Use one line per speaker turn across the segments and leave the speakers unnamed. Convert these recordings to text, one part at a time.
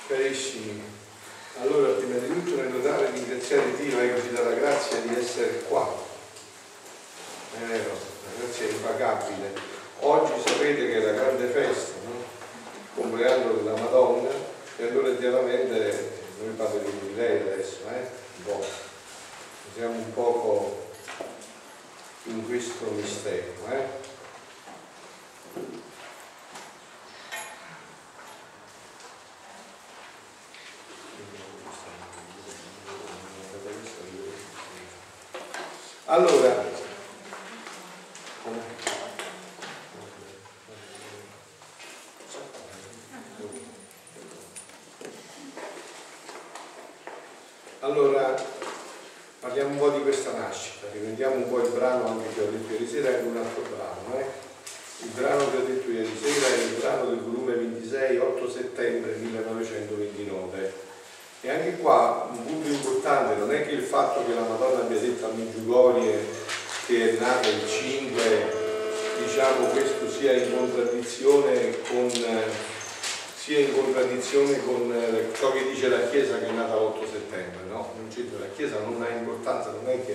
Carissimi, allora prima di tutto nel notare e ringraziare Dio che ci dà la grazia di essere qua. È vero, la grazia è impagabile. Oggi sapete che è la grande festa, no? Il compleanno della Madonna, e allora chiaramente noi parleremo di lei adesso, un po'. Siamo un poco in questo mistero, Allora parliamo un po' di questa nascita, riprendiamo un po' il brano anche che ho detto ieri sera, anche un altro brano. Il brano che ho detto ieri sera è il brano del volume 26, 8 settembre 1929. E anche qua un punto importante non è che il fatto che la Madonna abbia detto a Medjugorje che è nata il 5, diciamo, questo sia in contraddizione con ciò che dice la Chiesa che è nata l'8 settembre, no? Non c'entra, la Chiesa non ha importanza, non è che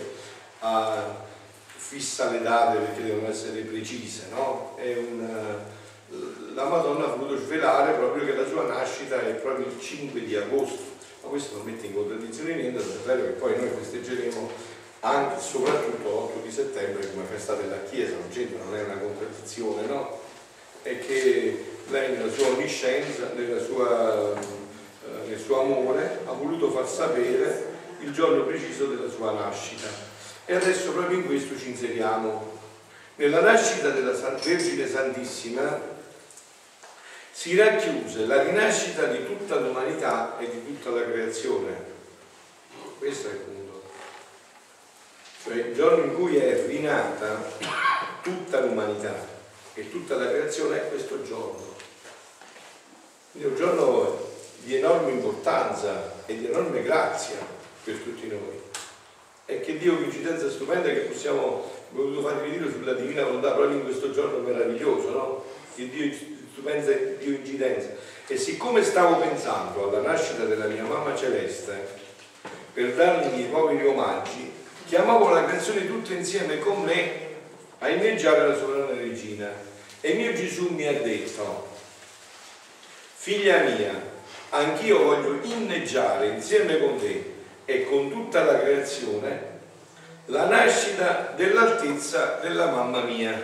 fissa le date perché devono essere precise, no? La Madonna ha voluto svelare proprio che la sua nascita è proprio il 5 di agosto, ma questo non mette in contraddizione niente, è vero che poi noi festeggeremo anche soprattutto l'8 di settembre come festa della Chiesa, non c'entra, non è una contraddizione, no? È che lei nella sua onniscienza, nel suo amore, ha voluto far sapere il giorno preciso della sua nascita. E adesso proprio in questo ci inseriamo. Nella nascita della Vergine Santissima si racchiuse la rinascita di tutta l'umanità e di tutta la creazione. Questo è il punto. Cioè il giorno in cui è rinata tutta l'umanità e tutta la creazione è questo giorno. Quindi è un giorno di enorme importanza e di enorme grazia per tutti noi. E che Dio, coincidenza stupenda che possiamo voluto farvi vedere sulla divina volontà proprio in questo giorno meraviglioso, no? Che Dio stupenda e Dio incidenza. E siccome stavo pensando alla nascita della mia mamma celeste per dargli i miei poveri omaggi, chiamavo la canzone tutte insieme con me a inneggiare la sovrana regina. E mio Gesù mi ha detto: figlia mia, anch'io voglio inneggiare insieme con te e con tutta la creazione la nascita dell'altezza della mamma mia.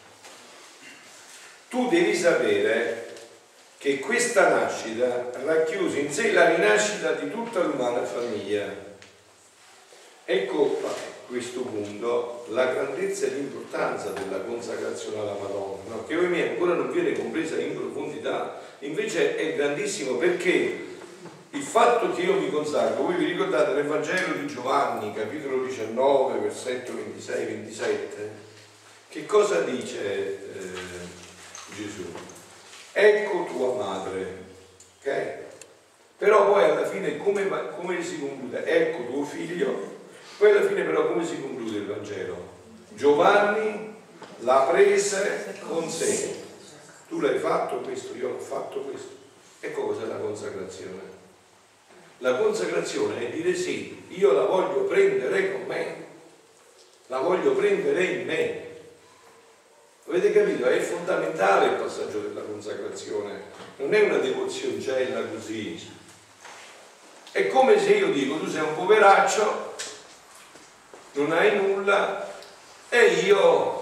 Tu devi sapere che questa nascita racchiuse in sé la rinascita di tutta l'umana famiglia. Ecco a questo punto la grandezza e l'importanza della consacrazione alla Madonna, no? Che voi miei ancora non viene compresa in profondità, invece è grandissimo, perché il fatto che io mi consacro, voi vi ricordate nel Vangelo di Giovanni, capitolo 19, versetto 26-27, che cosa dice Gesù? Ecco tua madre, ok? Però poi alla fine come si conclude? Ecco tuo figlio. Poi alla fine però come si conclude il Vangelo? Giovanni la prese con sé. Tu l'hai fatto questo, io l'ho fatto questo. Ecco cos'è la consacrazione. La consacrazione è dire sì, io la voglio prendere con me, la voglio prendere in me. Avete capito? È fondamentale il passaggio della consacrazione, non è una devozioncella così. È come se io dico: tu sei un poveraccio, non hai nulla e io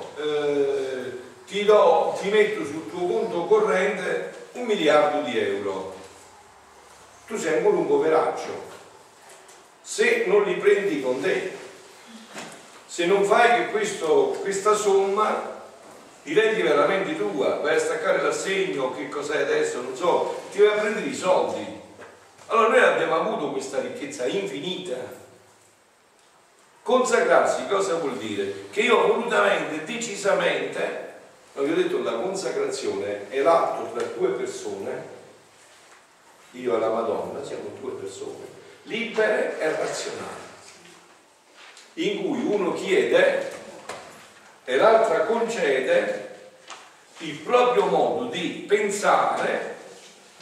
ti metto sul tuo conto corrente 1 miliardo di euro. Tu sei ancora un poveraccio se non li prendi con te, se non fai che questa somma diventi veramente tua, vai a staccare l'assegno, che cos'è adesso, non so, ti vai a prendere i soldi. Allora noi abbiamo avuto questa ricchezza infinita. Consacrarsi cosa vuol dire? Che io volutamente, decisamente, vi ho detto, la consacrazione è l'atto tra due persone, io e la Madonna siamo due persone libere e razionali, in cui uno chiede e l'altra concede il proprio modo di pensare,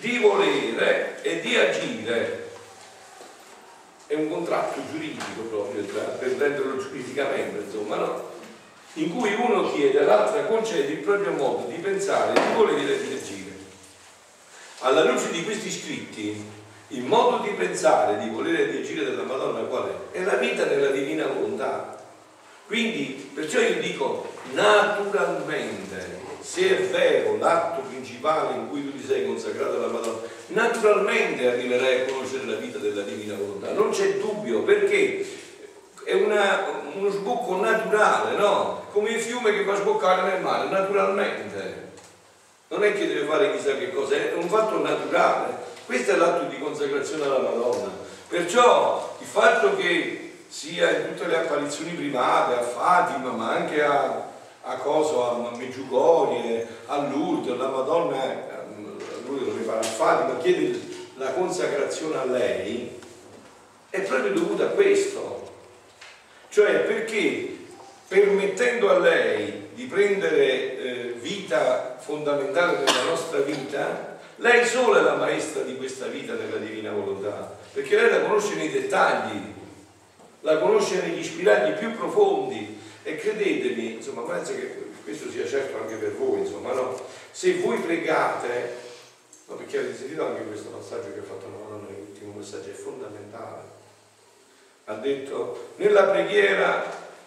di volere e di agire. È un contratto giuridico proprio, per renderlo giuridicamente, insomma, no? In cui uno chiede all'altra concede il proprio modo di pensare, di volere e di agire. Alla luce di questi scritti, il modo di pensare, di volere e di agire della Madonna qual è? È la vita nella divina volontà. Quindi, perciò io dico, naturalmente, se è vero l'atto principale in cui tu ti sei consacrato alla Madonna, naturalmente arriverai a conoscere la vita della divina volontà, non c'è dubbio, perché è uno sbocco naturale, no? Come il fiume che fa sboccare nel mare, naturalmente. Non è che deve fare chissà che cosa, è un fatto naturale. Questo è l'atto di consacrazione alla Madonna. Perciò il fatto che sia in tutte le apparizioni private, a Fatima, ma anche a Medjugorje, a Lourdes, la Madonna, a Lourdes dove farà a Fatima, chiede la consacrazione a lei, è proprio dovuto a questo. Cioè perché permettendo a lei di prendere vita fondamentale nella nostra vita, lei sola è la maestra di questa vita nella divina volontà, perché lei la conosce nei dettagli, la conosce negli spiragli più profondi. E credetemi, insomma, penso che questo sia certo anche per voi, insomma, no? Se voi pregate, no, perché avete sentito anche questo passaggio che ha fatto la Madonna nell'ultimo messaggio, è fondamentale. Ha detto, nella preghiera,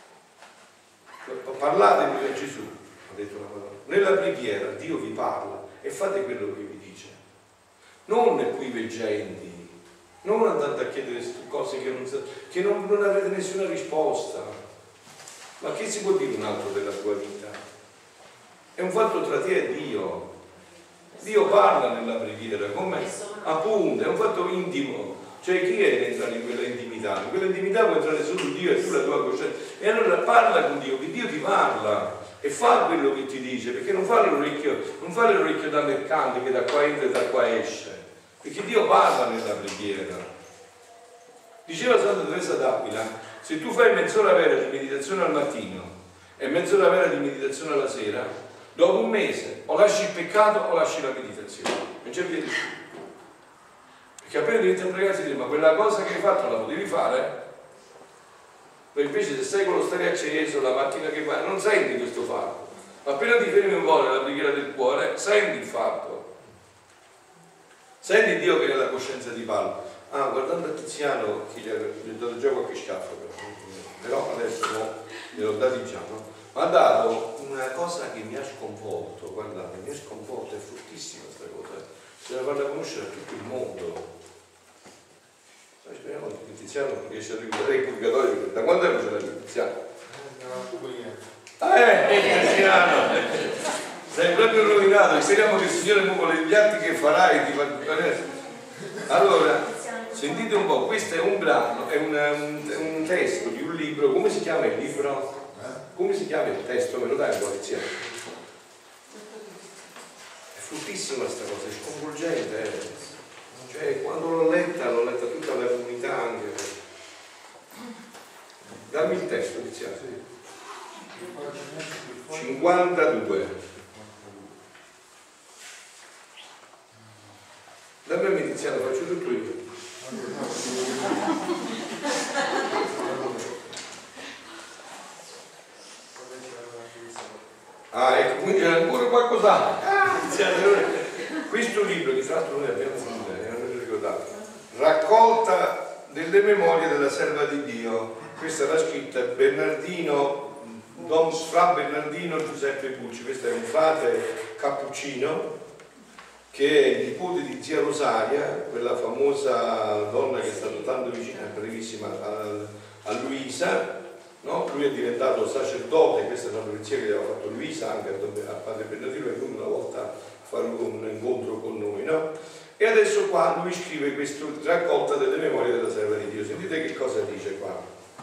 parlatemi a Gesù, ha detto la Madonna, nella preghiera Dio vi parla e fate quello che vi dice. Non qui veggenti, non andate a chiedere cose che non avrete nessuna risposta. Ma che si può dire un altro della tua vita? È un fatto tra te e Dio. Dio parla nella preghiera, come appunto, è un fatto intimo. Cioè chi è che entra in quella intimità? In quella intimità può entrare solo Dio e tu la tua coscienza. E allora parla con Dio, che Dio ti parla e fa quello che ti dice, perché non fa l'orecchio da mercante che da qua entra e da qua esce, perché Dio parla nella preghiera. Diceva Santa Teresa d'Aquila, se tu fai mezz'ora vera di meditazione al mattino e mezz'ora vera di meditazione alla sera, dopo un mese o lasci il peccato o lasci la meditazione, non c'è via di più. Perché appena inizi a pregare si dice, ma quella cosa che hai fatto la potevi fare? Poi invece se stai con lo stare acceso la mattina che vai, non senti questo fatto. Ma appena ti fermi un po' nella preghiera del cuore, senti il fatto. Senti Dio che nella coscienza ti parla. Ah, guardando a Tiziano, che gli ho dato già qualche schiaffo, però adesso no, gliel'ho dato già, no? Ma ha dato una cosa che mi ha sconvolto, guardate, mi ha sconvolto, è fortissima questa cosa, bisogna farla conoscere a tutto il mondo. Speriamo che Tiziano riesce a recuperare il purgatorio, da quando tempo ce l'ha Tiziano? Tiziano! Sei proprio rovinato, speriamo che il Signore con gli atti che farai ti fa. Allora, sentite un po', questo è un brano, è un testo di un libro, come si chiama il libro? Come si chiama il testo? Me lo dai un po', Tiziano? È fortissima questa cosa, è sconvolgente, Cioè, quando l'ho letta tutta la comunità anche. Dammi il testo, Tiziano. 52. Dammi a me, Tiziano, faccio tutto io. Ah, ecco, quindi c'è ancora qualcos'altro. Questo libro, che tra l'altro noi abbiamo ricordato, raccolta delle memorie della serva di Dio. Questa l'ha scritta Bernardino, Don Fra Bernardino Giuseppe Pucci. Questo è un frate cappuccino che è il nipote di zia Rosaria, quella famosa donna che è stata tanto vicina, brevissima, a Luisa, no? Lui è diventato sacerdote, questa è una profezia che aveva fatto Luisa anche a padre Bernardino, è venuto una volta a fare un incontro con noi, no? E adesso qua lui scrive questa raccolta delle memorie della serva di Dio. Sentite che cosa dice qua.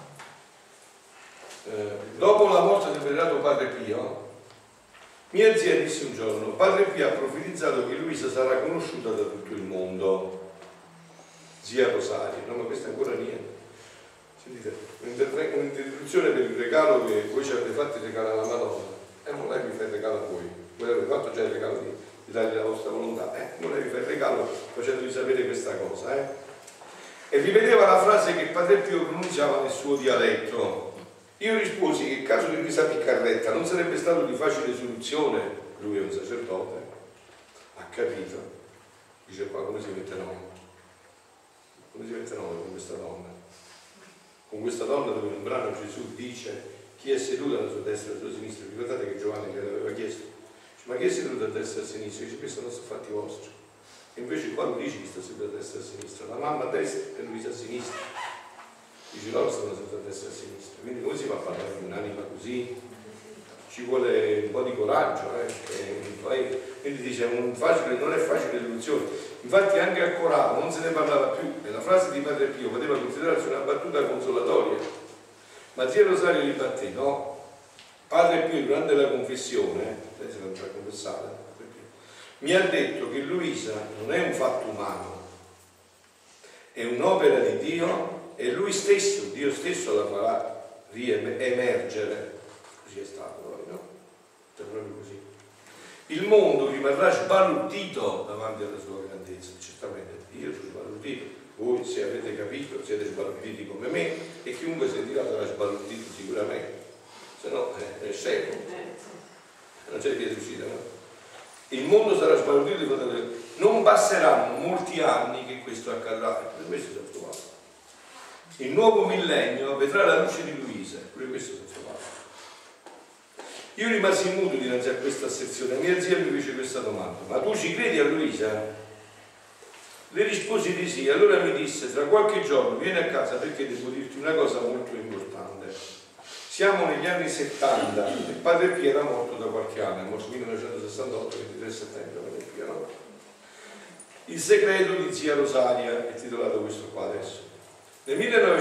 Dopo la morte del venerato padre Pio, mia zia disse un giorno, padre Pio ha profetizzato che Luisa sarà conosciuta da tutto il mondo. Zia Rosaria, no, ma questo è ancora niente. Sentite, un'introduzione per il regalo che voi ci avete fatto, il regalo alla Madonna. E non lei mi fa il regalo a voi avete fatto già il regalo di dargli la vostra volontà. Non devi fare il regalo facendovi sapere questa cosa. E ripeteva la frase che Padre Pio pronunciava nel suo dialetto. Io risposi che in caso di Luisa Piccarretta non sarebbe stato di facile soluzione, lui è un sacerdote, ha capito, dice qua come si mette nome? Come si mette nome con questa donna? Con questa donna dove in un brano Gesù dice chi è seduto alla sua destra e alla sua sinistra. Ricordate che Giovanni gliel'aveva chiesto, dice, ma chi è seduto a destra e a sinistra? Dice questo non sono fatti vostri. E invece qua lo dice chi sta seduto a destra e a sinistra, la mamma a destra e Luisa a sinistra. Dice loro stanno seduti a destra e a sinistra. Quindi come si fa a parlare di un'anima così? Ci vuole un po' di coraggio, quindi dice non è facile l'illusione. Infatti anche a Corano non se ne parlava più e la frase di Padre Pio poteva considerarsi una battuta consolatoria, ma zia Rosario ribatté, no? Padre Pio durante la confessione, lei si è confessata, mi ha detto che Luisa non è un fatto umano, è un'opera di Dio e lui stesso, Dio stesso la farà riemergere. Così è stato poi, no? È proprio così. Il mondo rimarrà sbalordito davanti alla sua grandezza, certamente. Io sono sbalordito, voi se avete capito siete sbalorditi come me e chiunque sentirà sarà sbalordito sicuramente, se no è scemo, non c'è via d'uscita, no? Il mondo sarà sbalordito di fronte a te. Non passeranno molti anni che questo accadrà, e per questo si è trovato. Il nuovo millennio vedrà la luce di Luisa, pure questo si è trovato. Io rimasi muto dinanzi a questa asserzione. Mia zia mi fece questa domanda: ma tu ci credi a Luisa? Le risposi di sì. Allora mi disse: tra qualche giorno vieni a casa perché devo dirti una cosa molto importante. Siamo negli anni 70 e Padre Pio era morto da qualche anno, è morto nel 1968, 23 settembre, Padre Pio, no? Il segreto di zia Rosaria è titolato questo qua adesso. Nel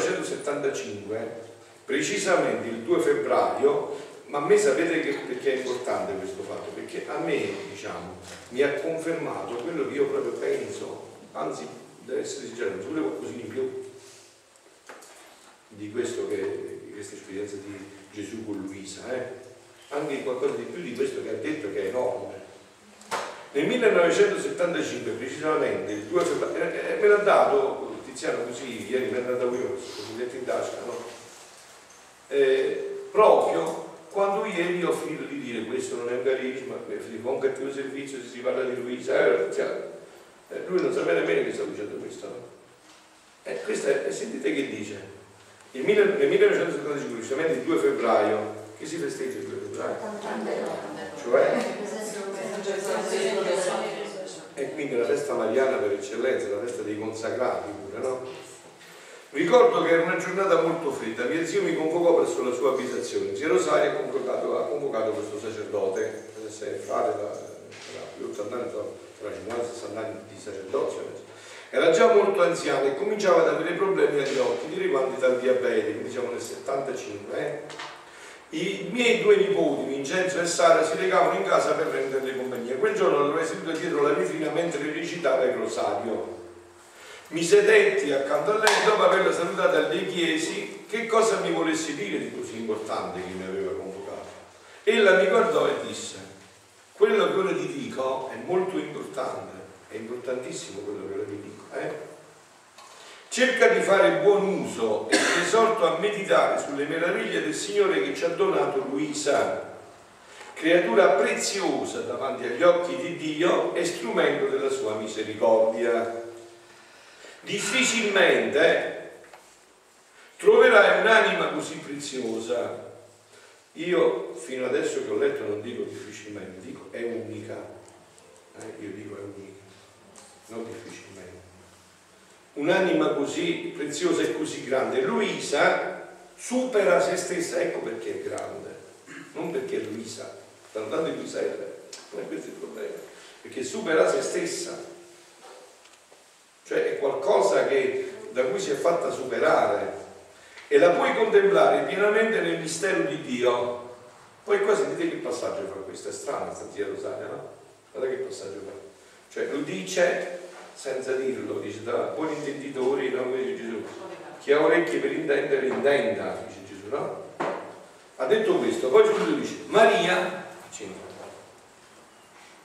1975, precisamente il 2 febbraio, ma a me sapete perché è importante questo fatto? Perché a me, diciamo, mi ha confermato quello che io proprio penso, anzi, deve essere sincero, ci vuole qualcosina in più di questo di questa esperienza di Gesù con Luisa, anche qualcosa di più di questo che ha detto, che è enorme. Nel 1975, precisamente il 2 febbraio, me l'ha dato Tiziano così, ieri mi è andata io questo biglietto in tasca, no? Proprio quando ieri ho finito di dire questo non è un carisma, un cattivo servizio se si parla di Luisa, lui non sapeva nemmeno che stava dicendo questo, no? Sentite che dice. Nel 1975, precisamente il 2 febbraio, che si festeggia il 2 febbraio? Cioè? E quindi la festa mariana per eccellenza, la festa dei consacrati pure, no? Ricordo che era una giornata molto fredda, mio zio mi convocò presso la sua abitazione. Zia Rosaria ha convocato questo sacerdote, essere frate da più 80 anni, tra 50 e 60 anni di sacerdozio. Era già molto anziano e cominciava ad avere problemi agli occhi, derivanti dal diabete, quindi diciamo nel 75. I miei due nipoti, Vincenzo e Sara, si recavano in casa per renderle compagnia. Quel giorno lo trovai seduto dietro la vetrina mentre recitava il rosario. Mi sedetti accanto a lei, dopo averla salutata le chiesi che cosa mi volesse dire di così importante che mi aveva convocato. Ella mi guardò e disse: quello che ora ti dico è molto importante, è importantissimo quello che ora ti dico. Cerca di fare buon uso e ti esorto a meditare sulle meraviglie del Signore che ci ha donato Luisa, creatura preziosa davanti agli occhi di Dio e strumento della sua misericordia. Difficilmente troverai un'anima così preziosa. Io fino adesso che ho letto non dico difficilmente, dico è unica. Io dico è unica, non difficilmente. Un'anima così preziosa e così grande. Luisa supera se stessa, ecco perché è grande, non perché è Luisa, stanno dando di Luisa, non è questo il problema, perché supera se stessa, cioè è qualcosa da cui si è fatta superare e la puoi contemplare pienamente nel mistero di Dio. Poi qua sentite che passaggio fa questo, è strano sta zia Rosaria, no? Guarda che passaggio fa, cioè lo dice senza dirlo, dice da buoni intenditori, no? Come dice Gesù, chi ha orecchie per intendere intenda, dice Gesù, no? Ha detto questo, poi Gesù dice Maria,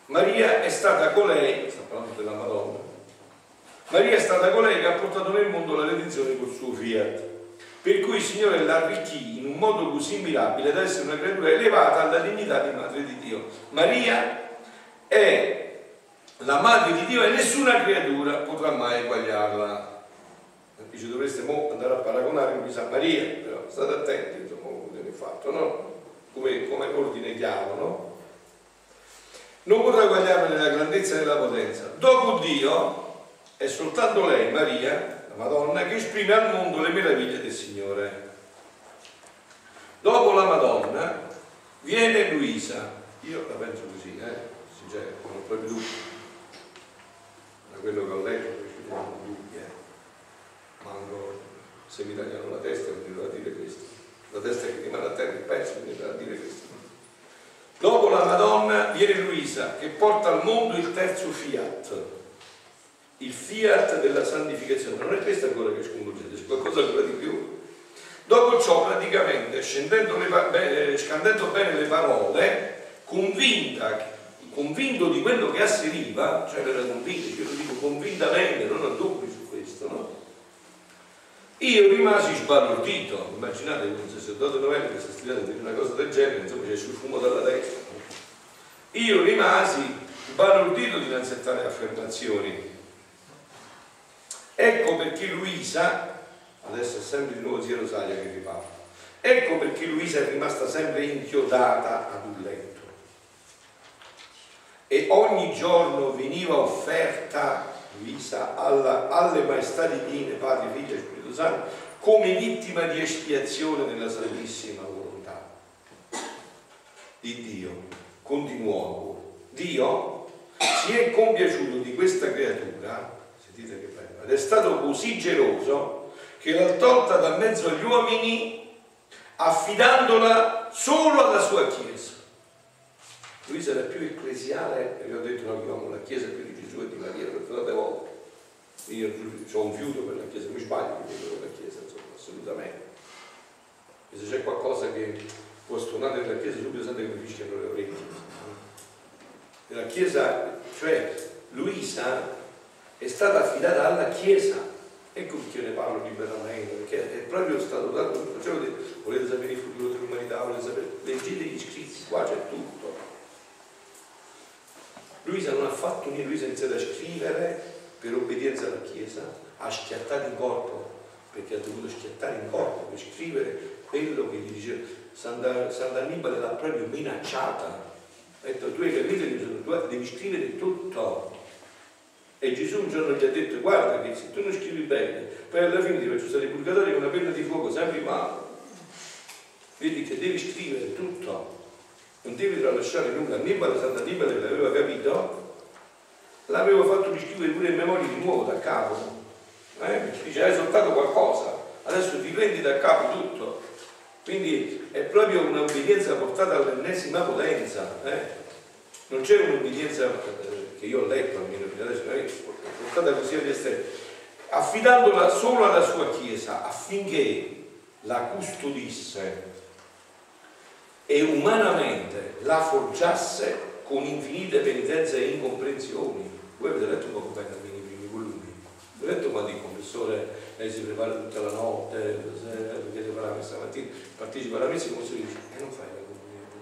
Maria è stata colei, sta parlando della Madonna, Maria è stata colei che ha portato nel mondo la redenzione col suo fiat, per cui il Signore l'arricchì in un modo così mirabile da essere una creatura elevata alla dignità di Madre di Dio. Maria è la Madre di Dio e nessuna creatura potrà mai eguagliarla. Dice, dovreste andare a paragonare Luisa a Maria, però state attenti, insomma, come viene fatto, no? Come ordine chiaro, no? Non potrà eguagliarla nella grandezza e nella potenza. Dopo Dio è soltanto lei, Maria, la Madonna, che esprime al mondo le meraviglie del Signore. Dopo la Madonna viene Luisa. Io la penso così, sincero, non ho proprio dubbi. Da quello che ho letto, poi ci sono dubbi, Manco se mi tagliano la testa continuerò a dire questo. La testa che rimane a terra, il pezzo continuerà a dire questo. Dopo la Madonna viene Luisa, che porta al mondo il terzo fiat, il fiat della santificazione. Non è questa ancora che sconvolgente, c'è qualcosa ancora di più. Dopo ciò, praticamente, scandendo bene le parole, convinto di quello che asseriva, cioè era convinto, io lo dico convintamente, non ho dubbi su questo, no? Io rimasi sbalordito. Immaginate un sacerdote novello che sta studiando di una cosa del genere, insomma c'è sul fumo dalla testa. Io rimasi sbalordito dinanzi a tali affermazioni. Ecco perché Luisa, adesso è sempre di nuovo zia Rosalia che riparla, ecco perché Luisa è rimasta sempre inchiodata ad un letto e ogni giorno veniva offerta Luisa alle maestà divine, Padre, Figlio e Spirito Santo, come vittima di espiazione nella santissima volontà di Dio. Continuo, Dio si è compiaciuto di questa creatura, sentite che bello, ed è stato così geloso che l'ha tolta da mezzo agli uomini affidandola solo alla sua Chiesa. Luisa era più ecclesiale, e vi ho detto noi chiamiamo la Chiesa più di Gesù e di Maria per tante volte. Io ho un fiuto per la Chiesa, mi sbaglio per la Chiesa, insomma, assolutamente. E se c'è qualcosa che può suonare nella Chiesa, subito sente che mi fischiano le orecchie. La Chiesa, cioè Luisa, è stata affidata alla Chiesa. Ecco perché io ne parlo liberamente, perché è proprio stato dato. Cioè, volete sapere il futuro dell'umanità, volete sapere, leggete gli scritti, qua c'è tutto. Luisa non ha fatto niente, Luisa ha iniziato a scrivere per obbedienza alla Chiesa, ha schiattato in corpo, perché ha dovuto schiattare in corpo per scrivere quello che gli diceva. Sant'Annibale l'ha proprio minacciata, ha detto tu hai capito che tu devi scrivere tutto. E Gesù un giorno gli ha detto guarda che se tu non scrivi bene, poi alla fine ti faccio stare in purgatorio con una penna di fuoco sempre in mano. Vedi che devi scrivere tutto. Non devi tralasciare nulla. Sant'Annibale che l'aveva capito, l'aveva fatto riscrivere pure in memoria di nuovo da capo, perché dice hai soltanto qualcosa, adesso ti prendi da capo tutto. Quindi è proprio un'obbedienza portata all'ennesima potenza, non c'è un'obbedienza che io ho letto almeno fino adesso, portata così all'esterno, affidandola solo alla sua Chiesa affinché la custodisse e umanamente la forgiasse con infinite penitenze e incomprensioni. Voi avete letto poco bene i primi volumi, avete letto quando il confessore lei si prepara tutta la notte perché deve fare la messa mattina, partecipa alla messa e il confessore dice non fai la comunione,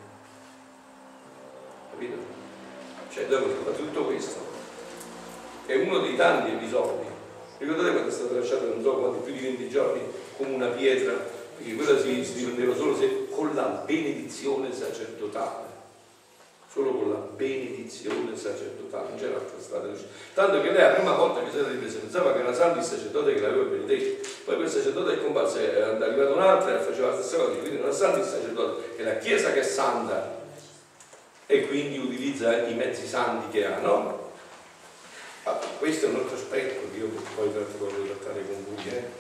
capito? Cioè dopo fate tutto questo, è uno dei tanti episodi. Ricordate quando è stato lasciato non so quanti, più di 20 giorni come una pietra, perché quella si riprendeva solo se con la benedizione sacerdotale, solo con la benedizione sacerdotale, non c'era altra strada. Tanto che lei la prima volta che si era ripresa pensava che era santo il sacerdote che l'aveva benedetto, poi quel sacerdote è comparso, è arrivato un altro e faceva la stessa cosa, quindi non è santo il sacerdote, è la Chiesa che è santa e quindi utilizza i mezzi santi che ha, no? Questo è un altro aspetto che io poi voglio trattare con voi.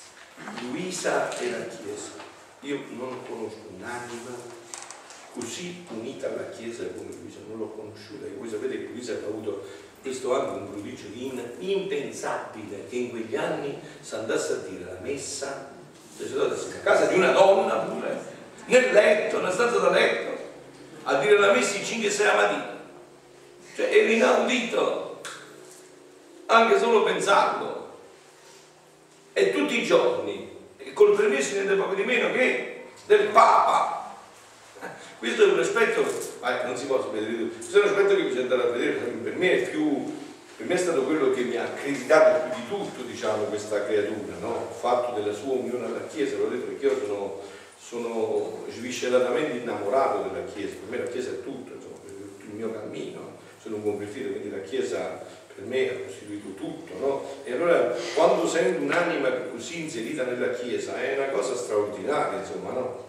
Luisa e la Chiesa. Io non conosco un'anima così unita alla Chiesa come Luisa, non l'ho conosciuta. E voi sapete che Luisa ha avuto questo anche un prodigio impensabile, che in quegli anni si andasse a dire la messa, a casa di una donna pure, nel letto, nella stanza da letto, a dire la messa in 5-6 la mattina. Cioè era inaudito, anche solo pensarlo. E tutti i giorni, e col permesso niente poco di meno che del Papa. Questo è un aspetto, non si può vedere tutto, questo è un aspetto che bisogna andare a vedere, per me è stato quello che mi ha accreditato più di tutto, diciamo, questa creatura, no? Il fatto della sua unione alla Chiesa, l'ho detto perché io sono svisceratamente innamorato della Chiesa, per me la Chiesa è tutto, insomma, per tutto il mio cammino, sono un convertito, quindi la Chiesa per me ha costituito tutto, no? E allora quando sento un'anima così inserita nella Chiesa è una cosa straordinaria, insomma, no?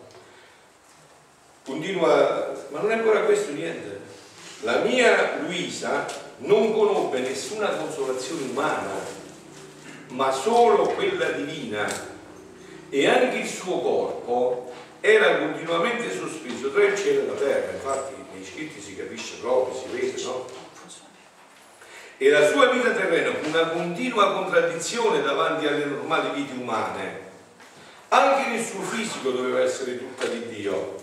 Continua, ma non è ancora questo niente. La mia Luisa non conobbe nessuna consolazione umana, ma solo quella divina, e anche il suo corpo era continuamente sospeso tra il cielo e la terra. Infatti nei scritti si capisce proprio, si vede, no? E la sua vita terrena fu una continua contraddizione davanti alle normali vite umane. Anche nel suo fisico doveva essere tutta di Dio.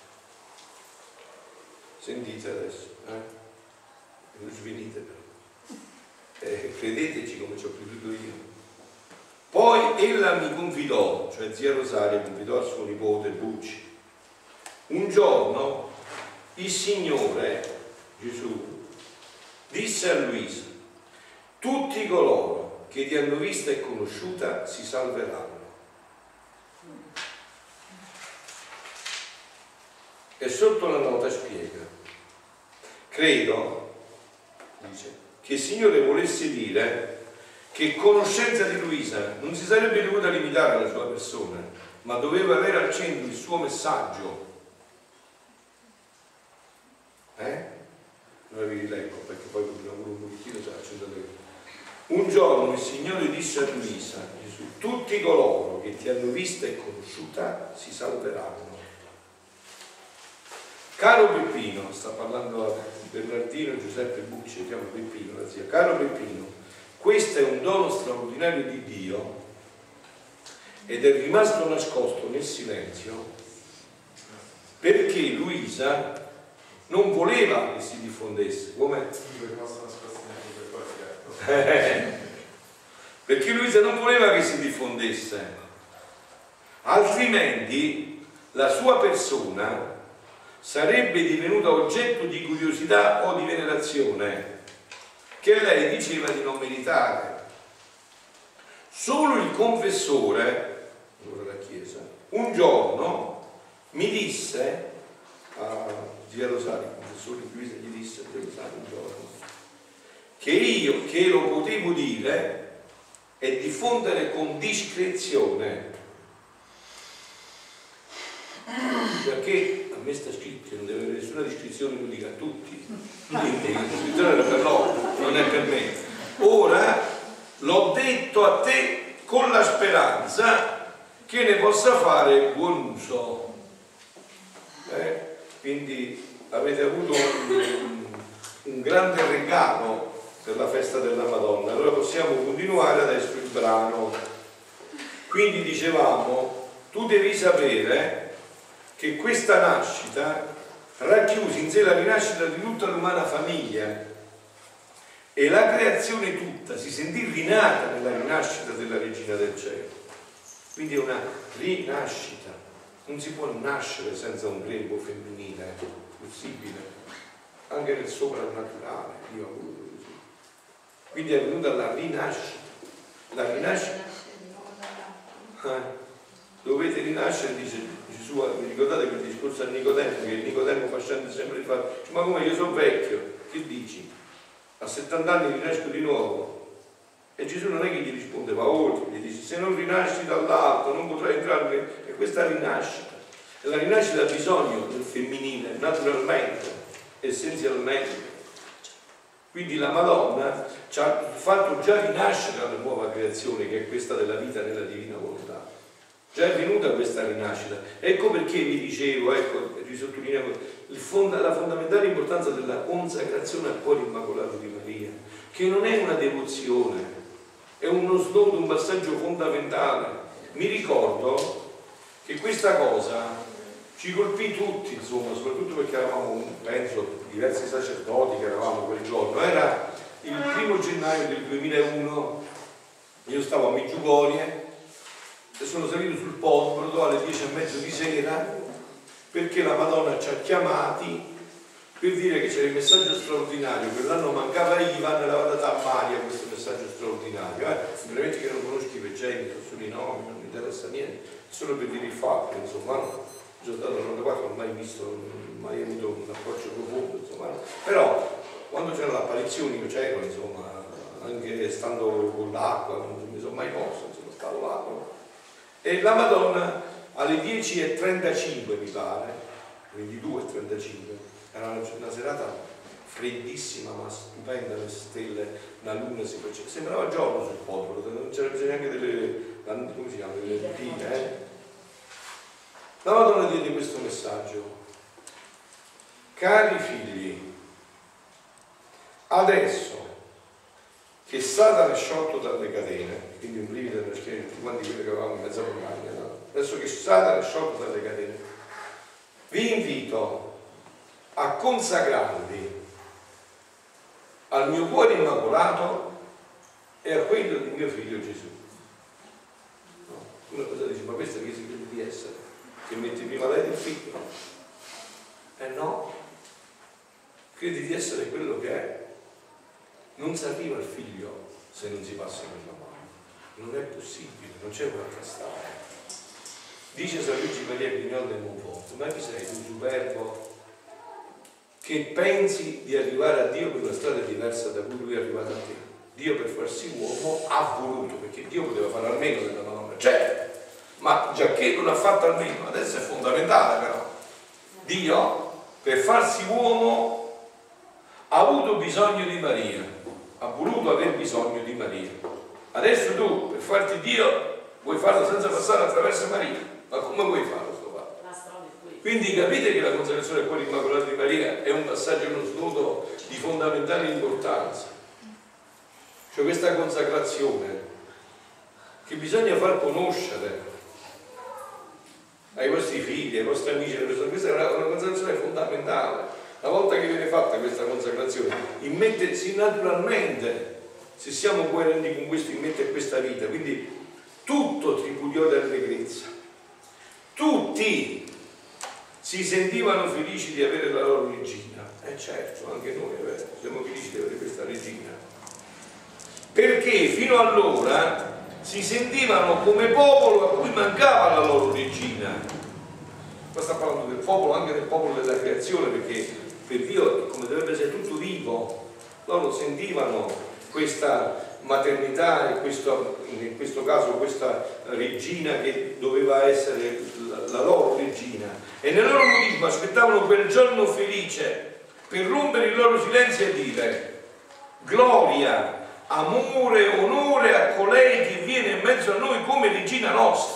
Sentite adesso, non svenite però, credeteci come ci ho creduto io. Poi ella mi confidò, cioè zia Rosaria confidò a suo nipote Bucci, un giorno il Signore Gesù disse a Luisa: tutti coloro che ti hanno vista e conosciuta si salveranno. E sotto la nota spiega: credo, dice, che il Signore volesse dire che conoscenza di Luisa non si sarebbe dovuta limitare alla sua persona, ma doveva avere al centro il suo messaggio. Ora vi rileggo perché poi continuiamo un pochettino, un giorno il Signore disse a Luisa, Gesù: tutti coloro che ti hanno vista e conosciuta si salveranno. Caro Peppino, sta parlando a Bernardino Giuseppe Bucci, si chiama Peppino la zia. Caro Peppino, questo è un dono straordinario di Dio ed è rimasto nascosto nel silenzio perché Luisa non voleva che si diffondesse. Come? Perché Luisa non voleva che si diffondesse, altrimenti la sua persona sarebbe divenuta oggetto di curiosità o di venerazione che lei diceva di non meritare. Solo il confessore, allora la Chiesa, un giorno mi disse a zia Rosaria, il confessore di Luisa gli disse a zia Rosaria un giorno che io che lo potevo dire e diffondere con discrezione, perché a me sta scritto che non deve avere nessuna descrizione, lo dica a tutti, quindi la descrizione era per loro, non è per me. Ora l'ho detto a te con la speranza che ne possa fare buon uso. Quindi avete avuto un grande regalo per la festa della Madonna. Allora possiamo continuare adesso il brano. Quindi dicevamo, tu devi sapere che questa nascita racchiuse in sé la rinascita di tutta l'umana famiglia e la creazione tutta si sentì rinata nella rinascita della Regina del Cielo. Quindi è una rinascita, non si può nascere senza un grembo femminile, è possibile, anche nel soprannaturale Dio ha voluto così. Quindi è venuta la rinascita. La rinascita dovete rinascere, dice Gesù. Vi ricordate quel discorso a Nicodemo, che Nicodemo facendo sempre di fare, dice: ma come, io sono vecchio, che dici? A 70 anni rinasco di nuovo. E Gesù non è che gli risponde, va oltre, gli dice: se non rinasci dall'alto non potrai entrare. E questa rinascita, e la rinascita ha bisogno del femminile, naturalmente, essenzialmente. Quindi la Madonna ci ha fatto già rinascere la nuova creazione, che è questa della vita nella divina volontà. Già è venuta questa rinascita. Ecco perché vi dicevo, ecco, risottolineiamo la fondamentale importanza della consacrazione al cuore immacolato di Maria, che non è una devozione, è uno snodo, un passaggio fondamentale. Mi ricordo che questa cosa ci colpì tutti, insomma, soprattutto perché eravamo, penso, diversi sacerdoti che eravamo quel giorno. Era il 1° gennaio del 2001, io stavo a Meggiugorie e sono salito sul Podbrodo alle 10:30 di sera perché la Madonna ci ha chiamati per dire che c'era il messaggio straordinario. Quell'anno mancava Ivan e l'aveva data a Maria questo messaggio straordinario. Veramente che non conosco i veggenti, non sono i nomi, non mi interessa niente, solo per dire il fatto, insomma, no? Giornata 94 non ho mai visto, mai avuto un approccio profondo, insomma, no? Però quando c'erano le apparizioni io c'ero, insomma, anche stando con l'acqua, non mi sono mai mosso, insomma, stavo là, no? E la Madonna alle 10:35 mi pare, 22:35, era una serata freddissima ma stupenda, le stelle, la luna si faceva, sembrava giorno sul popolo, non c'era bisogno neanche delle, come si chiama, delle pile, La Madonna diede questo messaggio: cari figli, adesso che Satana è sciolto dalle catene, quindi un brivido nella schiena di tutti quanti quelli che avevamo in mezzo a montagna, no? Adesso che Satana è sciolto dalle catene, vi invito a consacrarvi al mio cuore immacolato e a quello di mio figlio Gesù. No? Una cosa dice, ma questa che si crede di essere? Che mette prima lei del figlio? No, credi di essere quello che è. Non si arriva al figlio se non si passa per la mano. Non è possibile, non c'è un'altra strada. Dice San Luigi Maria Grignol del Monforte: ma chi sei tu, superbo, che pensi di arrivare a Dio per una strada diversa da cui lui è arrivato a te? Dio, per farsi uomo, ha voluto, perché Dio poteva fare almeno della Madonna, certo, ma già che non ha fatto almeno, adesso è fondamentale però, Dio per farsi uomo ha avuto bisogno di Maria, ha voluto aver bisogno di Maria. Adesso tu per farti Dio vuoi farlo senza passare attraverso Maria, ma come vuoi farlo sto fatto? Quindi capite che la consacrazione al cuore immacolato di Maria è un passaggio, uno snodo di fondamentale importanza, cioè questa consacrazione che bisogna far conoscere ai vostri figli, ai vostri amici, questa è una consacrazione fondamentale. Una volta che viene fatta questa consacrazione, immettersi naturalmente, se siamo coerenti con questo, immette questa vita, quindi tutto tripudiò di allegrezza, tutti si sentivano felici di avere la loro regina, certo, anche noi siamo felici di avere questa regina, perché fino allora si sentivano come popolo a cui mancava la loro regina. Qua sta parlando del popolo, anche del popolo della creazione, perché per Dio come dovrebbe essere tutto vivo, loro sentivano questa maternità e in questo caso questa regina che doveva essere la loro regina, e nel loro mutismo aspettavano quel giorno felice per rompere il loro silenzio e dire: gloria, amore, onore a colei che viene in mezzo a noi come regina nostra.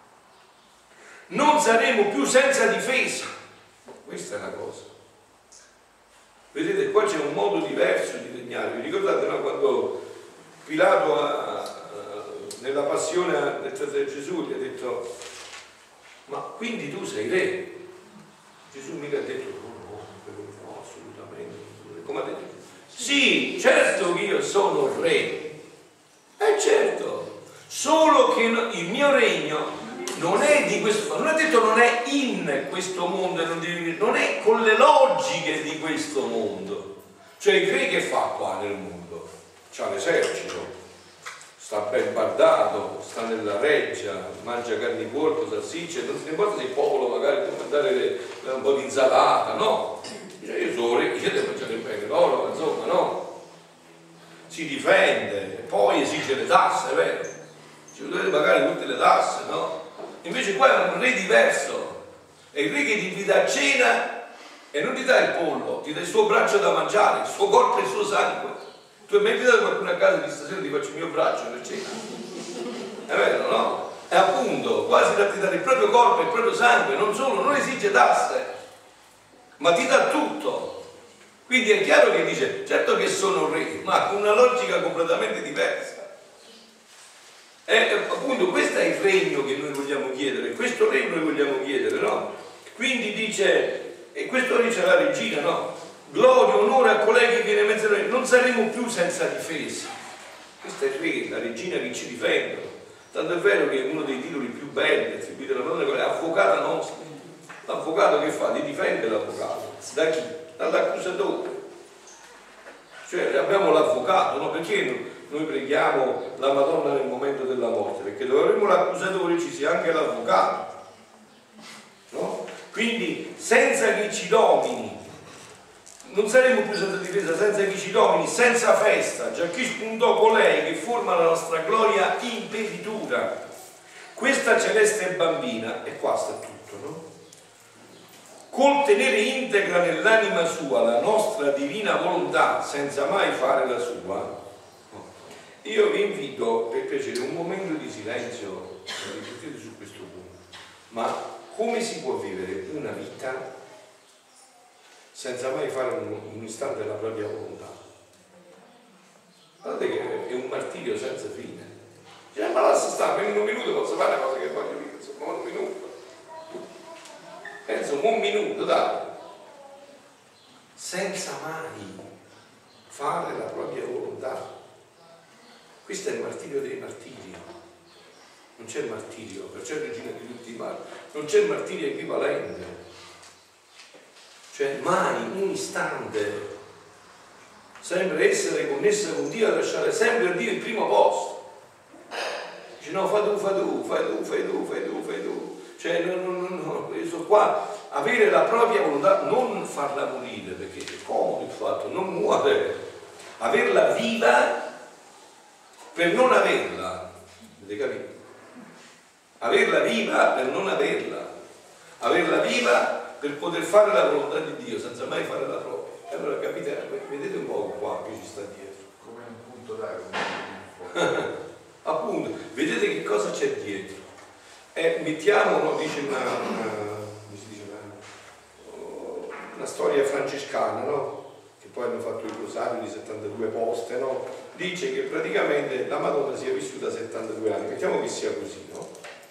Non saremo più senza difesa. Questa è la cosa. Vedete, qua c'è un modo diverso di regnare. Vi ricordate, no, quando Pilato nella passione di Gesù gli ha detto: ma quindi tu sei re? Gesù mica ha detto no, assolutamente. Come ha detto? Sì, certo che io sono re, certo, solo che il mio regno non è di questo, non ha detto non è in questo mondo, non è con le logiche di questo mondo. Cioè il re che fa qua nel mondo? C'ha l'esercito, sta ben bardato, sta nella reggia, mangia carni di porco, salsicce, non si importa se il popolo magari può mandare un po' di insalata, no? Io sono re, io devo mangiare bene loro, insomma, no? Si difende, poi esige le tasse, vero? Ci dovete pagare tutte le tasse, no? Invece qua è un re diverso, è il re che ti invita a cena e non ti dà il pollo, ti dà il suo braccio da mangiare, il suo corpo e il suo sangue. Tu hai mai invitato qualcuno a casa e di stasera ti faccio il mio braccio per cena? È vero, no? E appunto, qua si tratta di dare il proprio corpo e il proprio sangue, non solo, non esige tasse, ma ti dà tutto. Quindi è chiaro che dice, certo che sono re, ma con una logica completamente diversa. E appunto questo è il regno che noi vogliamo chiedere, questo regno noi vogliamo chiedere, no? Quindi dice, e questo lo dice la regina, no? Gloria, onore a colei che viene in mezzo a noi, non saremo più senza difesa. Questa è la regina che ci difende. Tanto è vero che uno dei titoli più belli attribuiti alla Madonna è avvocata nostra. L'avvocato che fa? Ti difende l'avvocato. Da chi? Dall'accusatore. Cioè abbiamo l'avvocato, no? Perché noi preghiamo la Madonna nel momento della morte? Perché dove avremo l'accusatore ci sia anche l'avvocato, no? Quindi senza chi ci domini, non saremo più senza difesa, senza chi ci domini, senza festa, già chi spuntò colei che forma la nostra gloria imperitura. Questa celeste bambina, e qua sta tutto, no? Col tenere integra nell'anima sua la nostra divina volontà senza mai fare la sua, io vi invito per piacere un momento di silenzio, riflettete su questo punto. Ma come si può vivere una vita senza mai fare un istante la propria volontà? Guardate che è un martirio senza fine. Cioè, ma lascia stare, in un minuto posso fare la cosa che voglio io, insomma, un minuto. Penso un minuto, dai. Senza mai fare la propria volontà. Questo è il martirio dei martiri. Non c'è il martirio, perciò è regina di tutti i mali. Non c'è il martirio equivalente. Cioè mai un istante. Sempre essere connessa con Dio, lasciare sempre a Dio il primo posto. Dice no, fai tu. Cioè no, io sono qua, avere la propria volontà, non farla morire, perché è comodo il fatto, non muore, averla viva per non averla, avete capito? Averla viva per non averla viva per poter fare la volontà di Dio senza mai fare la propria. Allora capite, vedete un po' qua che ci sta dietro.
Come un punto d'aereo.
Appunto, vedete che cosa c'è dietro. Mettiamo, no, dice una storia francescana, no? Che poi hanno fatto il rosario di 72 poste, no? Dice che praticamente la Madonna sia vissuta 72 anni, mettiamo che sia così, no?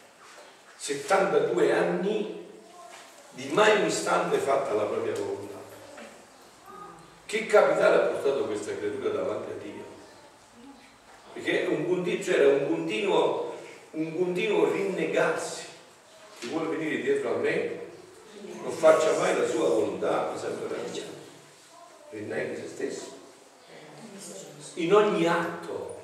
72 anni di mai un istante fatta la propria volontà. Che capitale ha portato questa creatura davanti a Dio? Perché c'era un continuo rinnegarsi. Chi vuole venire dietro a me non faccia mai la sua volontà, ma sempre la mia. Rinneghi se stesso in ogni atto.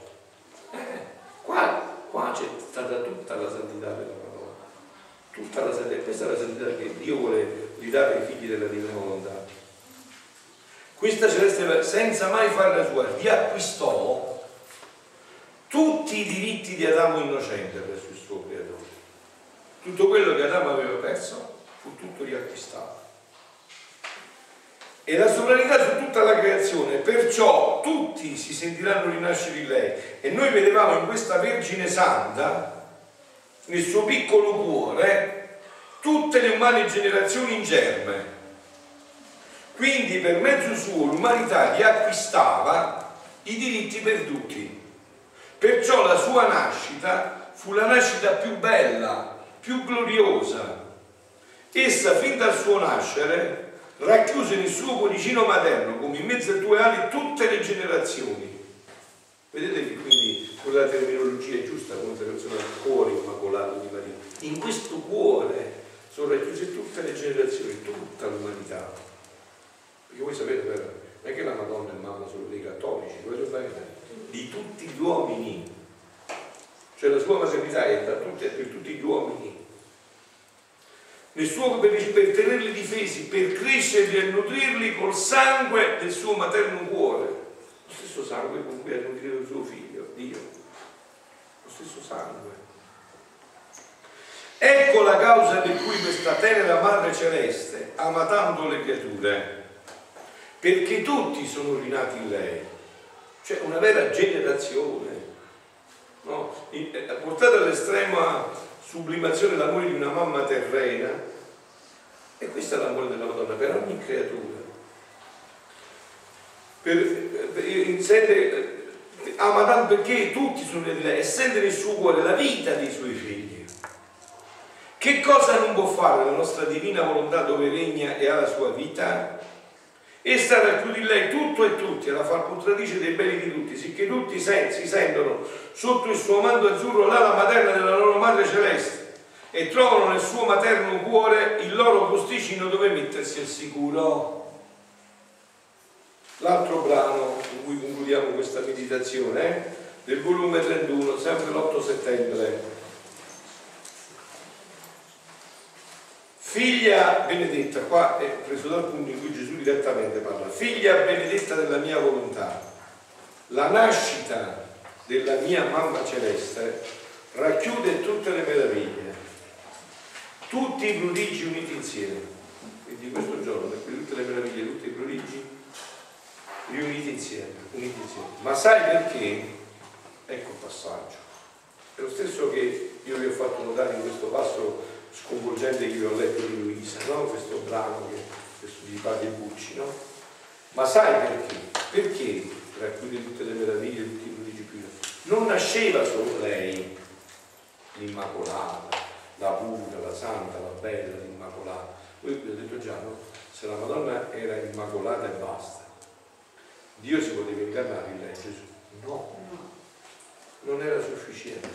Qua c'è stata tutta la santità della Madonna, tutta la santità. Questa è la santità che Dio vuole ridare ai figli della divina volontà. Questa celeste, senza mai fare la sua, riacquistò tutti i diritti di Adamo innocente presso il suo creatore. Tutto quello che Adamo aveva perso fu tutto riacquistato. E la sovranità su tutta la creazione, perciò tutti si sentiranno rinascere in lei. E noi vedevamo in questa Vergine Santa, nel suo piccolo cuore, tutte le umane generazioni in germe. Quindi per mezzo suo l'umanità riacquistava i diritti perduti. Perciò la sua nascita fu la nascita più bella, più gloriosa. Essa fin dal suo nascere racchiuse nel suo cuoricino materno, come in mezzo a due ali, tutte le generazioni. Vedete che quindi con la terminologia è giusta, come per il cuore immacolato di Maria. In questo cuore sono racchiuse tutte le generazioni, tutta l'umanità. Perché voi sapete, non è che la Madonna è mamma solo dei cattolici, di tutti gli uomini. Cioè la sua maternità è per tutti gli uomini. Nel suo, per tenerli difesi, per crescerli e nutrirli col sangue del suo materno cuore, lo stesso sangue con cui ha nutrito il suo figlio, Dio, lo stesso sangue. Ecco la causa per cui questa tenera Madre Celeste ama tanto le creature, perché tutti sono rinati in lei, cioè una vera generazione, no? Portata all'estrema sublimazione l'amore di una mamma terrena, e questo è l'amore della Madonna per ogni creatura. Ama tanto perché tutti sono di lei e sente nel suo cuore la vita dei suoi figli, Che cosa non può fare la nostra divina volontà dove regna e ha la sua vita? Essa racchiude in lei tutto e tutti, è la falcutratrice dei beni di tutti, sicché tutti si sentono sotto il suo manto azzurro l'ala materna della loro madre celeste e trovano nel suo materno cuore il loro posticino dove mettersi al sicuro. L'altro brano con cui concludiamo questa meditazione del volume 31, sempre l'8 settembre. Figlia benedetta, qua è preso dal punto in cui Gesù direttamente parla, figlia benedetta della mia volontà, la nascita della mia mamma celeste racchiude tutte le meraviglie, tutti i prodigi uniti insieme. Quindi questo giorno, per cui tutte le meraviglie, tutti i prodigi riuniti insieme, uniti insieme. Ma sai perché? Ecco il passaggio. È lo stesso che io vi ho fatto notare in questo passo sconvolgente che vi ho letto di Luisa, no? Questo brano questo di Padre Bucci, no? Ma sai perché? Perché racchiude tutte le meraviglie, tutti i prodigi più. Non nasceva solo lei, l'Immacolata, la pura, la santa, la bella, l'Immacolata. Voi vi ho detto già, no? Se la Madonna era immacolata e basta, Dio si poteva incarnare in lei, Gesù? No, non era sufficiente.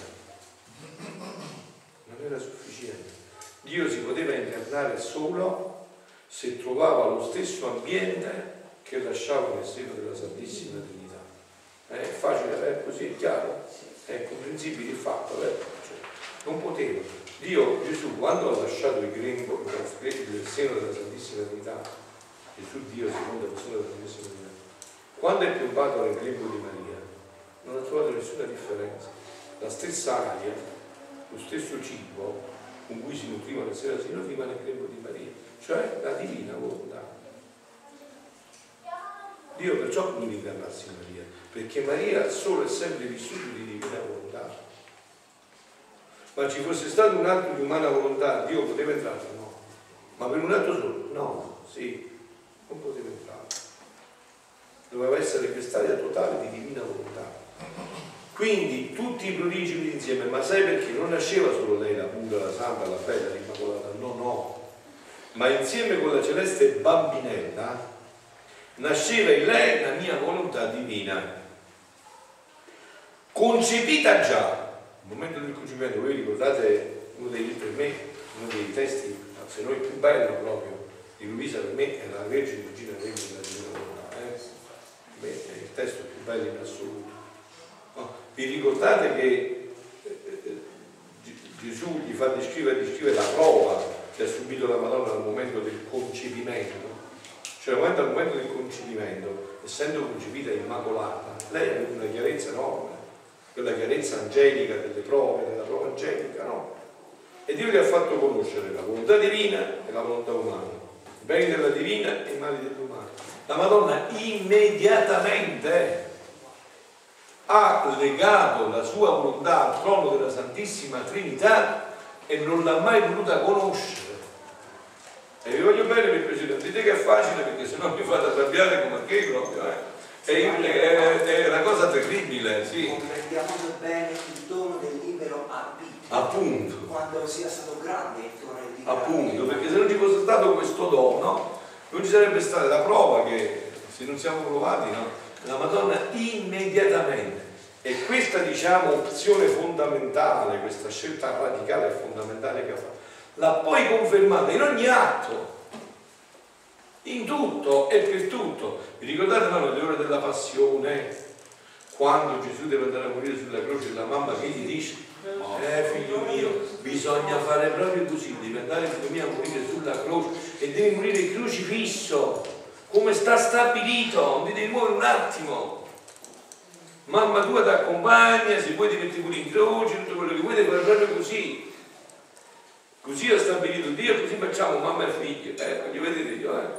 Non era sufficiente. Dio si poteva incarnare solo se trovava lo stesso ambiente che lasciava nel seno della Santissima Trinità. È facile, è così, è chiaro? È comprensibile il fatto, cioè, non poteva. Dio, Gesù, quando ha lasciato il grembo nel seno della Santissima Trinità, Gesù Dio secondo la persona della Santissima Trinità, quando è piombato nel grembo di Maria, non ha trovato nessuna differenza. La stessa aria, lo stesso cibo con cui si nutriva nel seno si nutriva nel grembo di Maria, cioè la divina volontà. Dio perciò voleva incarnarsi in Maria, perché Maria ha solo e sempre vissuto di divina volontà. Ma ci fosse stato un atto di umana volontà, Dio poteva entrare? No. Ma per un atto solo? No, sì, non poteva entrare. Doveva essere quest'area totale di divina volontà. Quindi tutti i prodigi uniti insieme, ma sai perché? Non nasceva solo lei, la pura, la santa, la bella, l'immacolata, no. Ma insieme con la celeste bambinella nasceva in lei la mia volontà divina, concepita già. Nel momento del concepimento, voi ricordate uno dei, per me, uno dei testi, se non il più bello proprio, di Luisa per me è la Vergine Regina Regina della Divina Volontà. È il testo più bello in assoluto. No? Vi ricordate che Gesù gli fa descrivere la prova che ha subito la Madonna al momento del concepimento? Cioè al momento del concepimento, essendo concepita immacolata, lei ha avuto una chiarezza enorme, quella chiarezza angelica delle prove, della prova angelica, no? E Dio gli ha fatto conoscere la volontà divina e la volontà umana, i beni della divina e i mali dell'umano. La Madonna immediatamente ha legato la sua volontà al trono della Santissima Trinità e non l'ha mai voluta conoscere. E vi voglio bene, mi piace, non dite che è facile perché sennò mi fate arrabbiare come che proprio, È una cosa terribile, sì.
Comprendiamo bene il dono del libero arbitrio.
Appunto.
Quando sia stato grande il dono del libero
Appunto,
arbitrio.
perché se non ci fosse stato questo dono, non ci sarebbe stata la prova che se non siamo provati, no? La Madonna immediatamente. E questa, diciamo, opzione fondamentale, questa scelta radicale e fondamentale che ha fatto, l'ha poi confermata in ogni atto, in tutto e per tutto. Vi ricordate, no, nelle ore della passione, quando Gesù deve andare a morire sulla croce, la mamma che gli dice: figlio mio, bisogna fare proprio così, devi andare, figlio mio, a morire sulla croce e devi morire crocifisso, come sta stabilito, non ti devi muovere un attimo. Mamma tua ti accompagna, se vuoi ti metti pure in croce, tutto quello che vuoi, devi fare proprio così. Così ha stabilito Dio, così facciamo mamma e figlio. Voglio vedere io,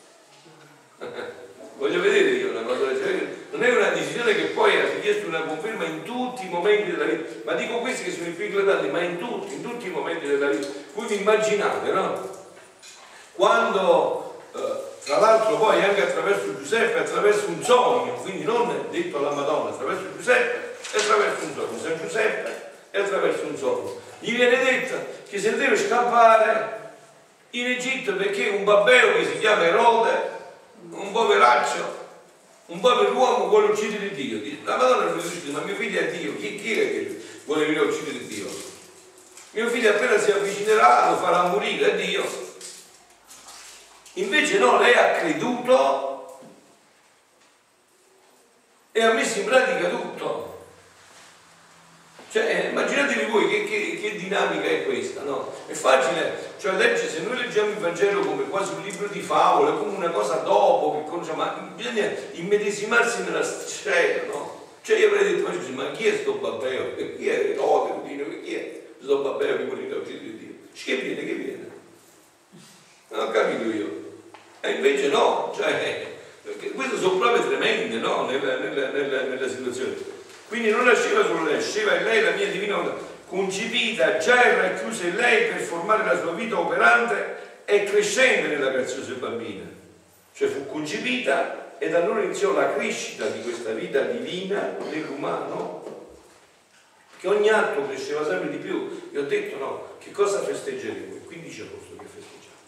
Voglio vedere io una cosa del genere. Non è una decisione che poi ha richiesto una conferma in tutti i momenti della vita. Ma dico questi che sono i più eclatanti, ma in tutti i momenti della vita. Voi vi immaginate, no? Quando, tra l'altro poi anche attraverso Giuseppe, attraverso un sogno, quindi non detto alla Madonna, attraverso Giuseppe e attraverso un sogno, San Giuseppe e attraverso un sogno. Gli viene detto che se ne deve scappare in Egitto perché un babbeo che si chiama Erode, un poveraccio, un pover'uomo vuole uccidere Dio. La Madonna non dice, ma mio figlio è Dio, chi è che vuole venire a uccidere Dio? Mio figlio appena si avvicinerà lo farà morire, è Dio. Invece no, lei ha creduto e ha messo in pratica tutto. Cioè, immaginatevi voi che dinamica è questa, no? È facile, cioè legge, se noi leggiamo il Vangelo come quasi un libro di favole, come una cosa dopo, che conosciamo, ma bisogna immedesimarsi nella scena, no? Cioè io avrei detto, ma chi è sto babbeo? Chi è Erode? Chi è sto babbeo che vuole uccidere Dio? Che viene? Non ho capito io. E invece no, cioè, queste sono prove tremende, no? Nella situazione. Quindi non nasceva solo lei, nasceva in lei la mia divina volontà, concepita, già e racchiusa in lei per formare la sua vita operante e crescente nella graziosa bambina. Cioè fu concepita e da allora iniziò la crescita di questa vita divina nell'umano, che ogni atto cresceva sempre di più. E ho detto no, che cosa festeggeremo? Il 15 agosto che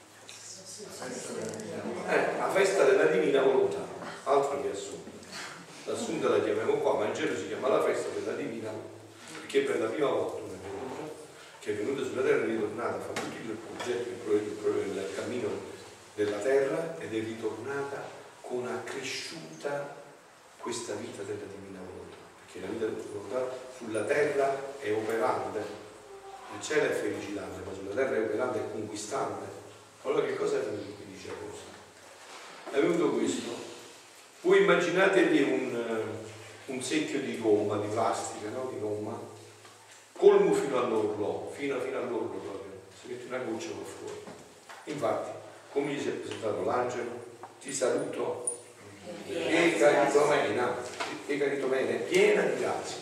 festeggiamo? La festa della divina volontà, altro che assunto. L'assunta la chiamiamo qua, ma in genere si chiama la festa della divina, perché per la prima volta una venuta, che è venuta sulla terra, è ritornata, fa tutto il progetto, il cammino della terra ed è ritornata con accresciuta questa vita della divina volontà, perché la vita della volontà sulla terra è operante, il cielo è felicitante, ma sulla terra è operante e conquistante. Allora che cosa è venuto il 15 agosto? È venuto questo. Voi immaginatevi un secchio di gomma, di plastica, no? Di gomma, colmo fino all'orlo, fino all'orlo proprio, si mette una goccia qua fuori. Infatti, come gli si è presentato l'angelo, ti saluto, e caritomene, piena di grazie,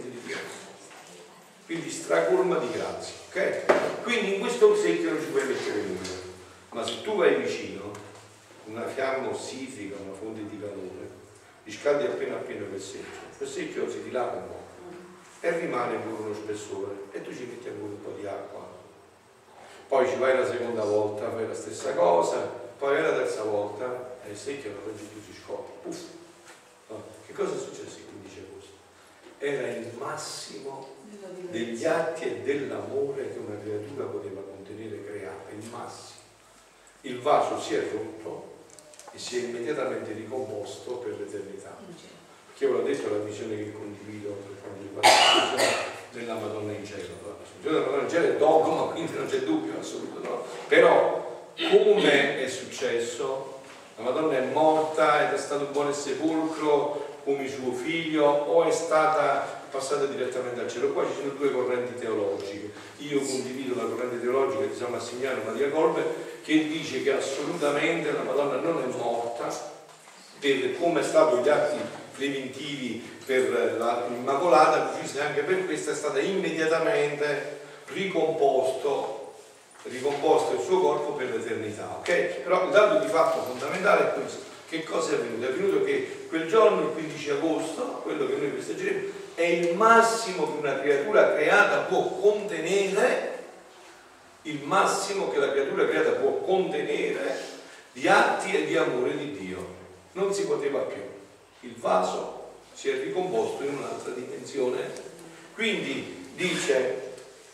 quindi stracolma di grazie, ok? Quindi in questo secchio non ci puoi mettere nulla, ma se tu vai vicino, una fiamma ossifica, una fonte di calore, riscaldi appena quel secchio si dilata un po' e rimane pure uno spessore e tu ci metti ancora un po' di acqua, poi ci vai la seconda volta, fai la stessa cosa, poi la terza volta e il secchio non regge più, si scoppia, puff. No. Che cosa è successo il 15 agosto? Era il massimo degli atti e dell'amore che una creatura poteva contenere creata, il massimo. Il vaso si è rotto e si è immediatamente ricomposto per l'eternità. Perché io l'ho detto, la visione che condivido per quanto riguarda la visione della Madonna in cielo. La visione della Madonna in cielo è dogma, quindi non c'è dubbio assoluto, no? Però come è successo? La Madonna è morta ed è stato un buon sepolcro come suo figlio o è stata passata direttamente al cielo? Qua ci sono due correnti teologiche. Io condivido la corrente teologica di San Massimiliano Maria Colbe, che dice che assolutamente la Madonna non è morta, per come è stato gli atti preventivi per l'Immacolata, anche per questo è stata immediatamente ricomposto il suo corpo per l'eternità, ok? Però il dato di fatto fondamentale è questo. Che cosa è avvenuto? È avvenuto che quel giorno, il 15 agosto, quello che noi festeggeremo, è il massimo che una creatura creata può contenere, il massimo che la creatura creata può contenere di atti e di amore di Dio. Non si poteva più. Il vaso si è ricomposto in un'altra dimensione. Quindi dice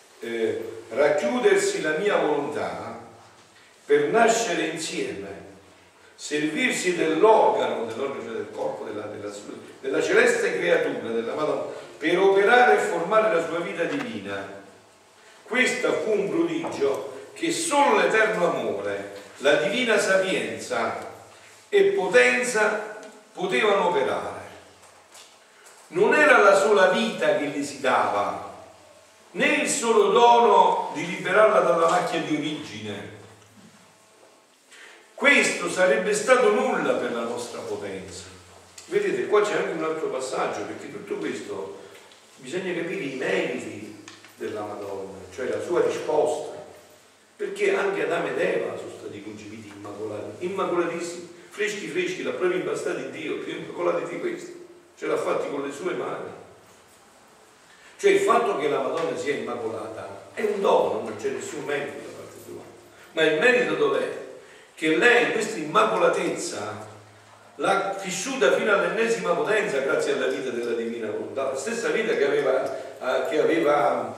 racchiudersi la mia volontà per nascere insieme, servirsi dell'organo cioè del corpo della celeste creatura della Madonna per operare e formare la sua vita divina. Questo fu un prodigio che solo l'eterno amore, la divina sapienza e potenza potevano operare. Non era la sola vita che gli si dava, né il solo dono di liberarla dalla macchia di origine. Questo sarebbe stato nulla per la nostra potenza. Vedete, qua c'è anche un altro passaggio, perché tutto questo bisogna capire i meriti della Madonna, cioè la sua risposta, perché anche Adamo ed Eva sono stati concepiti immacolati, immacolatissimi, freschi, la prova impastata di Dio, più immacolati di questo, ce l'ha fatti con le sue mani. Cioè il fatto che la Madonna sia immacolata è un dono, non c'è nessun merito da parte sua. Ma il merito dov'è? Che lei questa immacolatezza l'ha vissuta fino all'ennesima potenza grazie alla vita della Divina Volontà, la stessa vita che aveva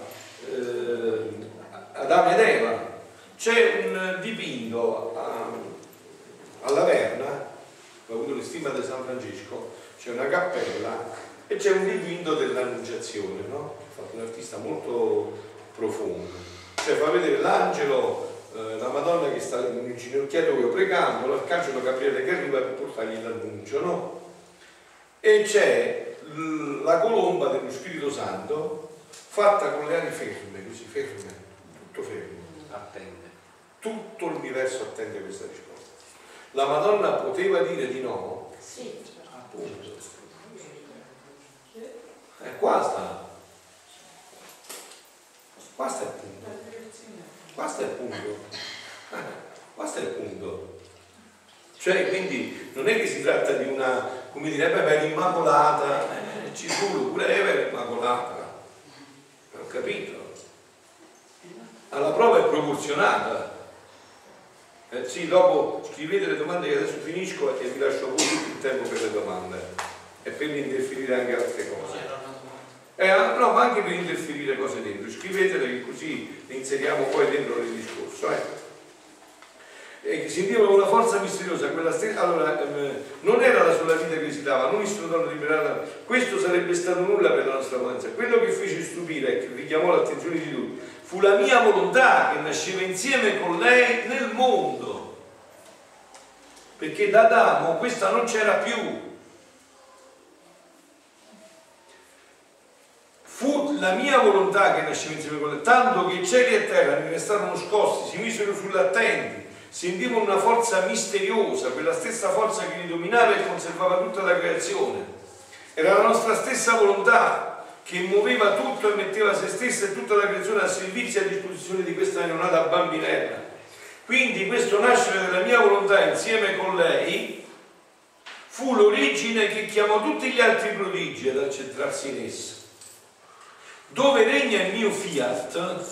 Adamo ed Eva. C'è un dipinto alla Verna, ho avuto l'estima di San Francesco, c'è una cappella e c'è un dipinto dell'Annunciazione, no? Fatto un artista molto profondo, cioè fa vedere l'angelo, la Madonna che sta in un ginocchiatoio pregando, l'arcangelo Gabriele che arriva per portargli l'annuncio, no? E c'è la colomba dello Spirito Santo fatta con le ali ferme, così ferme, tutto fermo.
Attende.
Tutto l'universo attende questa risposta. La Madonna poteva dire di no?
Sì.
Appunto. Qua sta. Qua sta il punto. Qua sta il punto. Qua sta il punto. Cioè, quindi non è che si tratta di una, come direbbe, beh, l'immacolata, ci sono pure Eva era immacolata. Ho capito. Alla prova è proporzionata. Sì, dopo scrivete le domande che adesso finisco e vi lascio voi tutto il tempo per le domande e per interferire anche altre cose. No, ma anche per interferire cose dentro, scrivetele che così le inseriamo poi dentro nel discorso. Sentiva una forza misteriosa, quella stessa. Allora, non era la sola vita che si dava, non istruttore liberata, questo sarebbe stato nulla per la nostra potenza. Quello che fece stupire e che richiamò l'attenzione di tutti fu la mia volontà che nasceva insieme con lei nel mondo, perché da Adamo questa non c'era più. Fu la mia volontà che nasceva insieme con lei, tanto che cieli e terra mi restarono scossi, si misero sull'attenti, sentivano una forza misteriosa, quella stessa forza che li dominava e conservava tutta la creazione. Era la nostra stessa volontà che muoveva tutto e metteva se stessa e tutta la creazione a servizio e a disposizione di questa neonata bambinella. Quindi questo nascere della mia volontà insieme con lei fu l'origine che chiamò tutti gli altri prodigi ad accentrarsi in essa. Dove regna il mio fiat,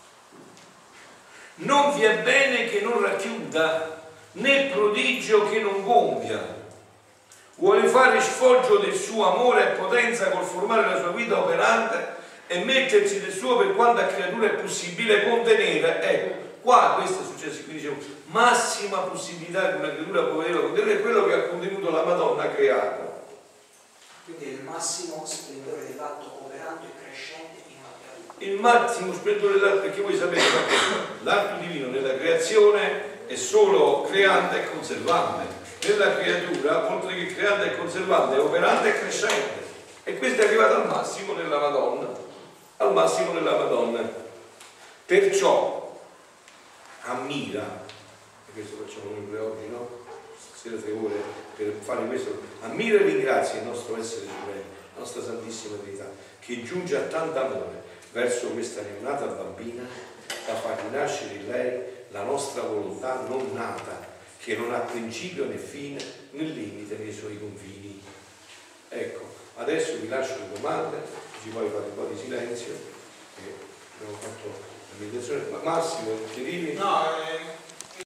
non vi è bene che non racchiuda, né prodigio che non compia. Vuole fare sfoggio del suo amore e potenza col formare la sua vita operante e mettersi del suo per quanta creatura è possibile contenere. Ecco, qua questo è successo, qui dicevo, massima possibilità che una creatura può contenere è quello che ha contenuto la Madonna creata.
Quindi è il massimo splendore dell'atto operante e crescente fino alla creatura.
Il massimo splendore dell'atto, perché voi sapete che l'atto divino nella creazione è solo creante e conservante. Nella creatura, oltre che creante e conservante, è operante e crescente. E questo è arrivato al massimo nella Madonna. Al massimo nella Madonna. Perciò ammira, e questo facciamo noi pure oggi, no? Stasera 3 ore per fare questo. Ammira e ringrazia il nostro essere supremo, la nostra Santissima Trinità, che giunge a tanto amore verso questa neonata bambina da far rinascere in lei la nostra volontà non nata, che non ha principio né fine né limite nei suoi confini. Ecco, adesso vi lascio le domande, ci puoi fare un po' di silenzio, che abbiamo fatto la meditazione. Massimo, chiedimi?
No,